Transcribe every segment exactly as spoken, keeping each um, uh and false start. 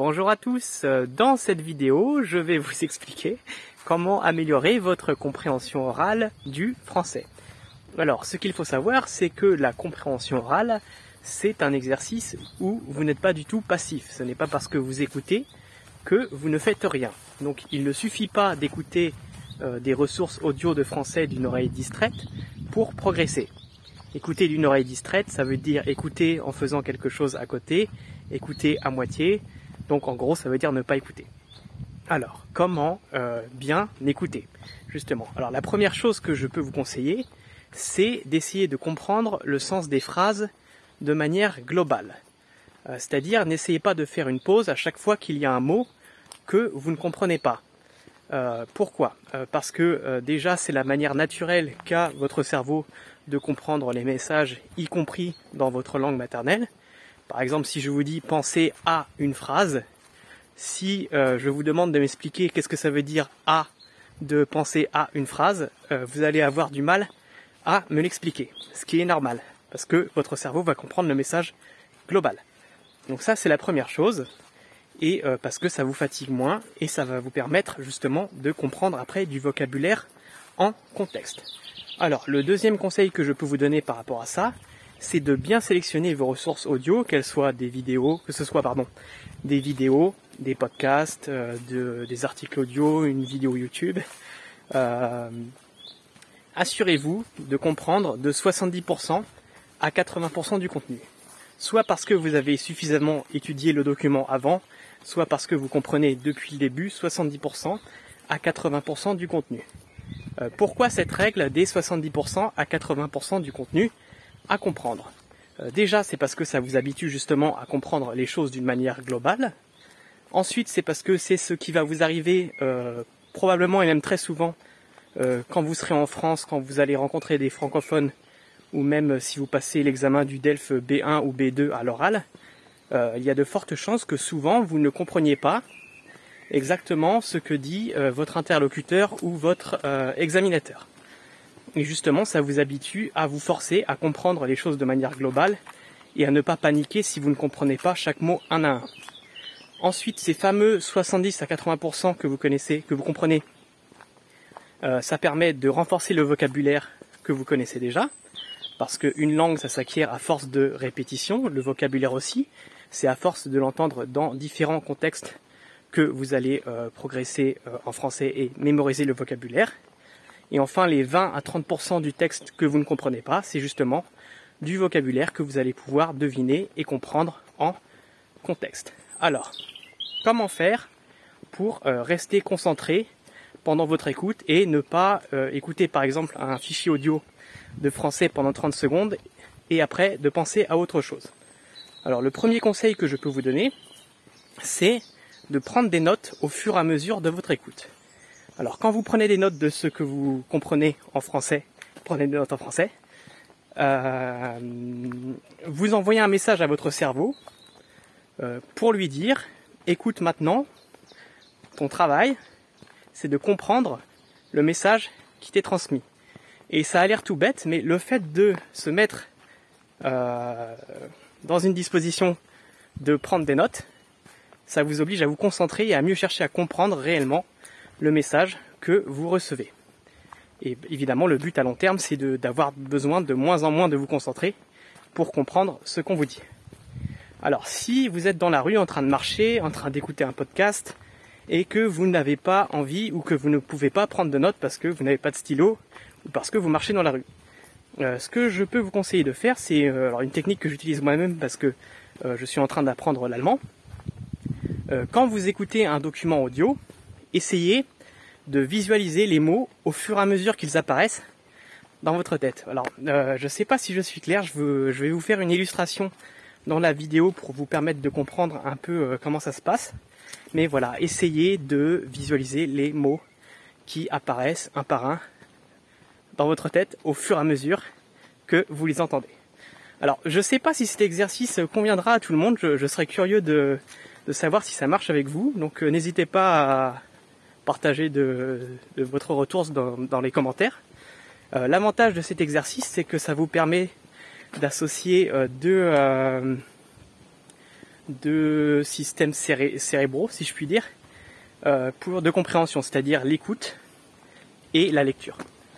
Bonjour à tous, dans cette vidéo je vais vous expliquer comment améliorer votre compréhension orale du français. Alors ce qu'il faut savoir, c'est que la compréhension orale c'est un exercice où vous n'êtes pas du tout passif. Ce n'est pas parce que vous écoutez que vous ne faites rien. Donc il ne suffit pas d'écouter euh, des ressources audio de français d'une oreille distraite pour progresser. Écouter d'une oreille distraite, ça veut dire écouter en faisant quelque chose à côté, écouter à moitié, donc en gros ça veut dire ne pas écouter. Alors, comment euh, bien écouter, justement? Alors la première chose que je peux vous conseiller, c'est d'essayer de comprendre le sens des phrases de manière globale. Euh, c'est-à-dire, n'essayez pas de faire une pause à chaque fois qu'il y a un mot que vous ne comprenez pas. Euh, pourquoi euh, Parce que euh, déjà c'est la manière naturelle qu'a votre cerveau de comprendre les messages, y compris dans votre langue maternelle. Par exemple, si je vous dis « pensez à une phrase », si euh, je vous demande de m'expliquer qu'est-ce que ça veut dire « à » de penser à une phrase, euh, vous allez avoir du mal à me l'expliquer, ce qui est normal, parce que votre cerveau va comprendre le message global. Donc ça, c'est la première chose, et euh, parce que ça vous fatigue moins, et ça va vous permettre justement de comprendre après du vocabulaire en contexte. Alors, le deuxième conseil que je peux vous donner par rapport à ça, c'est de bien sélectionner vos ressources audio, qu'elles soient des vidéos, que ce soit pardon, des vidéos, des podcasts, euh, de, des articles audio, une vidéo YouTube. Euh, assurez-vous de comprendre de soixante-dix pour cent à quatre-vingts pour cent du contenu. Soit parce que vous avez suffisamment étudié le document avant, soit parce que vous comprenez depuis le début soixante-dix pour cent à quatre-vingts pour cent du contenu. Euh, pourquoi cette règle des soixante-dix pour cent à quatre-vingts pour cent du contenu à comprendre? euh, Déjà, c'est parce que ça vous habitue justement à comprendre les choses d'une manière globale. Ensuite, c'est parce que c'est ce qui va vous arriver euh, probablement et même très souvent euh, quand vous serez en France, quand vous allez rencontrer des francophones, ou même si vous passez l'examen du DELF B un ou B deux à l'oral. Euh, il y a de fortes chances que souvent vous ne compreniez pas exactement ce que dit euh, votre interlocuteur ou votre euh, examinateur. Et justement, ça vous habitue à vous forcer à comprendre les choses de manière globale et à ne pas paniquer si vous ne comprenez pas chaque mot un à un. Ensuite, ces fameux soixante-dix à quatre-vingts pour cent que vous connaissez, que vous comprenez, euh, ça permet de renforcer le vocabulaire que vous connaissez déjà, parce qu'une langue, ça s'acquiert à force de répétition, le vocabulaire aussi, c'est à force de l'entendre dans différents contextes que vous allez euh, progresser euh, en français et mémoriser le vocabulaire. Et enfin, les vingt à trente pour cent du texte que vous ne comprenez pas, c'est justement du vocabulaire que vous allez pouvoir deviner et comprendre en contexte. Alors, comment faire pour euh, rester concentré pendant votre écoute et ne pas euh, écouter par exemple un fichier audio de français pendant trente secondes et après de penser à autre chose? Alors, le premier conseil que je peux vous donner, c'est de prendre des notes au fur et à mesure de votre écoute. Alors quand vous prenez des notes de ce que vous comprenez en français, prenez des notes en français, euh, vous envoyez un message à votre cerveau euh, pour lui dire « Écoute maintenant, ton travail, c'est de comprendre le message qui t'est transmis. » Et ça a l'air tout bête, mais le fait de se mettre euh, dans une disposition de prendre des notes, ça vous oblige à vous concentrer et à mieux chercher à comprendre réellement le message que vous recevez. Et évidemment, le but à long terme, c'est de, d'avoir besoin de moins en moins de vous concentrer pour comprendre ce qu'on vous dit. Alors, si vous êtes dans la rue en train de marcher, en train d'écouter un podcast, et que vous n'avez pas envie ou que vous ne pouvez pas prendre de notes parce que vous n'avez pas de stylo ou parce que vous marchez dans la rue, euh, ce que je peux vous conseiller de faire, c'est euh, alors une technique que j'utilise moi-même parce que euh, je suis en train d'apprendre l'allemand. Quand vous écoutez un document audio, essayez de visualiser les mots au fur et à mesure qu'ils apparaissent dans votre tête. Alors, euh, je ne sais pas si je suis clair, je, veux, je vais vous faire une illustration dans la vidéo pour vous permettre de comprendre un peu euh, comment ça se passe. Mais voilà, essayez de visualiser les mots qui apparaissent un par un dans votre tête au fur et à mesure que vous les entendez. Alors, je ne sais pas si cet exercice conviendra à tout le monde, je, je serais curieux de... de savoir si ça marche avec vous, donc euh, n'hésitez pas à partager de, de votre retour dans, dans les commentaires. Euh, l'avantage de cet exercice, c'est que ça vous permet d'associer euh, deux, euh, deux systèmes céré cérébraux, si je puis dire, euh, pour de compréhension, c'est-à-dire l'écoute et la lecture.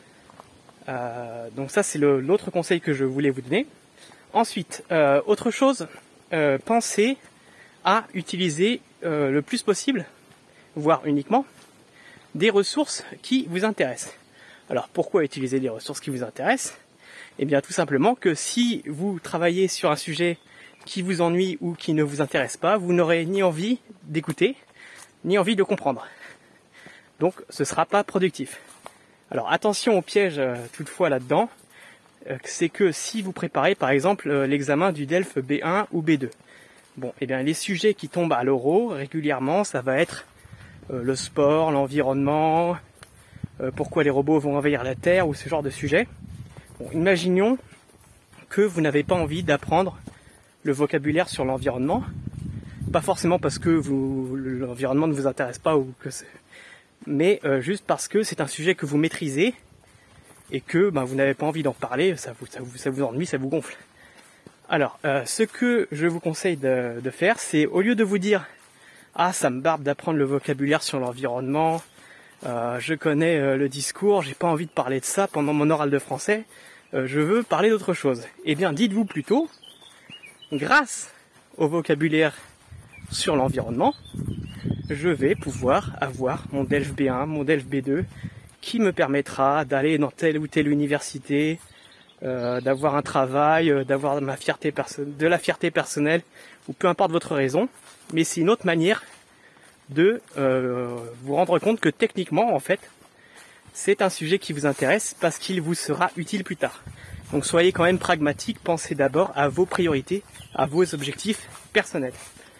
Euh, donc ça, c'est l'autre conseil que je voulais vous donner. Ensuite, euh, autre chose, euh, pensez à utiliser euh, le plus possible, voire uniquement, des ressources qui vous intéressent. Alors pourquoi utiliser des ressources qui vous intéressent? Eh bien tout simplement que si vous travaillez sur un sujet qui vous ennuie ou qui ne vous intéresse pas, vous n'aurez ni envie d'écouter, ni envie de comprendre. Donc ce ne sera pas productif. Alors attention au piège euh, toutefois là-dedans, euh, c'est que si vous préparez par exemple euh, l'examen du DELF B un ou B deux, bon, eh bien les sujets qui tombent à l'oral régulièrement, ça va être euh, le sport, l'environnement, euh, pourquoi les robots vont envahir la Terre ou ce genre de sujet. Bon, imaginons que vous n'avez pas envie d'apprendre le vocabulaire sur l'environnement, pas forcément parce que vous l'environnement ne vous intéresse pas ou que c'est, mais euh, juste parce que c'est un sujet que vous maîtrisez et que ben, vous n'avez pas envie d'en parler, ça vous, ça vous, ça vous ennuie, ça vous gonfle. Alors, euh, ce que je vous conseille de, de faire, c'est au lieu de vous dire « Ah, ça me barbe d'apprendre le vocabulaire sur l'environnement, euh, je connais euh, le discours, j'ai pas envie de parler de ça pendant mon oral de français, euh, je veux parler d'autre chose. » Eh bien, dites-vous plutôt, grâce au vocabulaire sur l'environnement, je vais pouvoir avoir mon DELF B un, mon DELF B deux, qui me permettra d'aller dans telle ou telle université, euh, d'avoir un travail, euh, d'avoir ma fierté perso- de la fierté personnelle, ou peu importe votre raison. Mais c'est une autre manière de euh, vous rendre compte que techniquement, en fait, c'est un sujet qui vous intéresse parce qu'il vous sera utile plus tard. Donc soyez quand même pragmatique, pensez d'abord à vos priorités, à vos objectifs personnels.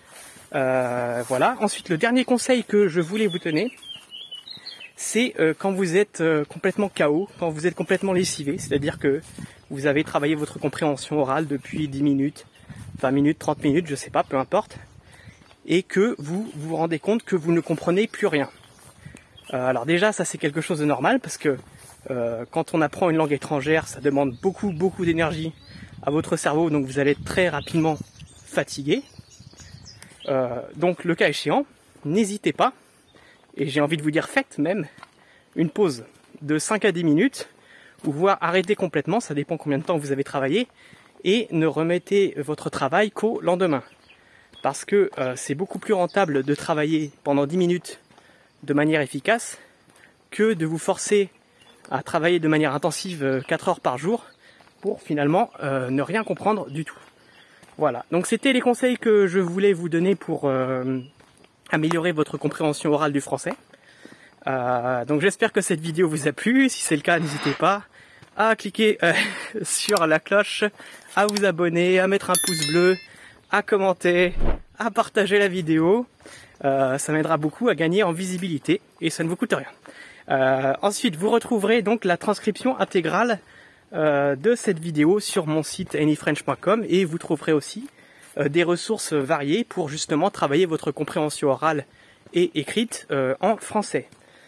Euh, voilà. Ensuite, le dernier conseil que je voulais vous donner, c'est euh, quand vous êtes euh, complètement K O, quand vous êtes complètement lessivé, c'est-à-dire que vous avez travaillé votre compréhension orale depuis dix minutes, vingt minutes, trente minutes, je sais pas, peu importe, et que vous vous rendez compte que vous ne comprenez plus rien. Euh, alors déjà, ça c'est quelque chose de normal, parce que euh, quand on apprend une langue étrangère, ça demande beaucoup, beaucoup d'énergie à votre cerveau, donc vous allez être très rapidement fatigué. Euh, donc le cas échéant, n'hésitez pas, et j'ai envie de vous dire faites même, une pause de cinq à dix minutes, ou voire arrêtez complètement, ça dépend combien de temps vous avez travaillé, et ne remettez votre travail qu'au lendemain. Parce que euh, c'est beaucoup plus rentable de travailler pendant dix minutes de manière efficace que de vous forcer à travailler de manière intensive quatre heures par jour pour finalement euh, ne rien comprendre du tout. Voilà, donc c'était les conseils que je voulais vous donner pour euh, améliorer votre compréhension orale du français. Euh, donc j'espère que cette vidéo vous a plu. Si c'est le cas, n'hésitez pas à cliquer euh, sur la cloche, à vous abonner, à mettre un pouce bleu, à commenter, à partager la vidéo. Euh, ça m'aidera beaucoup à gagner en visibilité et ça ne vous coûte rien. Euh, ensuite, vous retrouverez donc la transcription intégrale euh, de cette vidéo sur mon site any french point com et vous trouverez aussi euh, des ressources variées pour justement travailler votre compréhension orale et écrite euh, en français.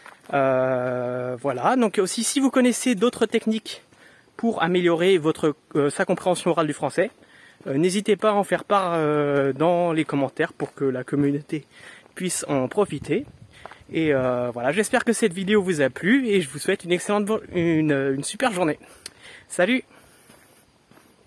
Euh, voilà, donc aussi si vous connaissez d'autres techniques pour améliorer votre euh, sa compréhension orale du français, euh, n'hésitez pas à en faire part euh, dans les commentaires pour que la communauté puisse en profiter. Et euh, voilà, j'espère que cette vidéo vous a plu et je vous souhaite une excellente, une, une super journée. Salut!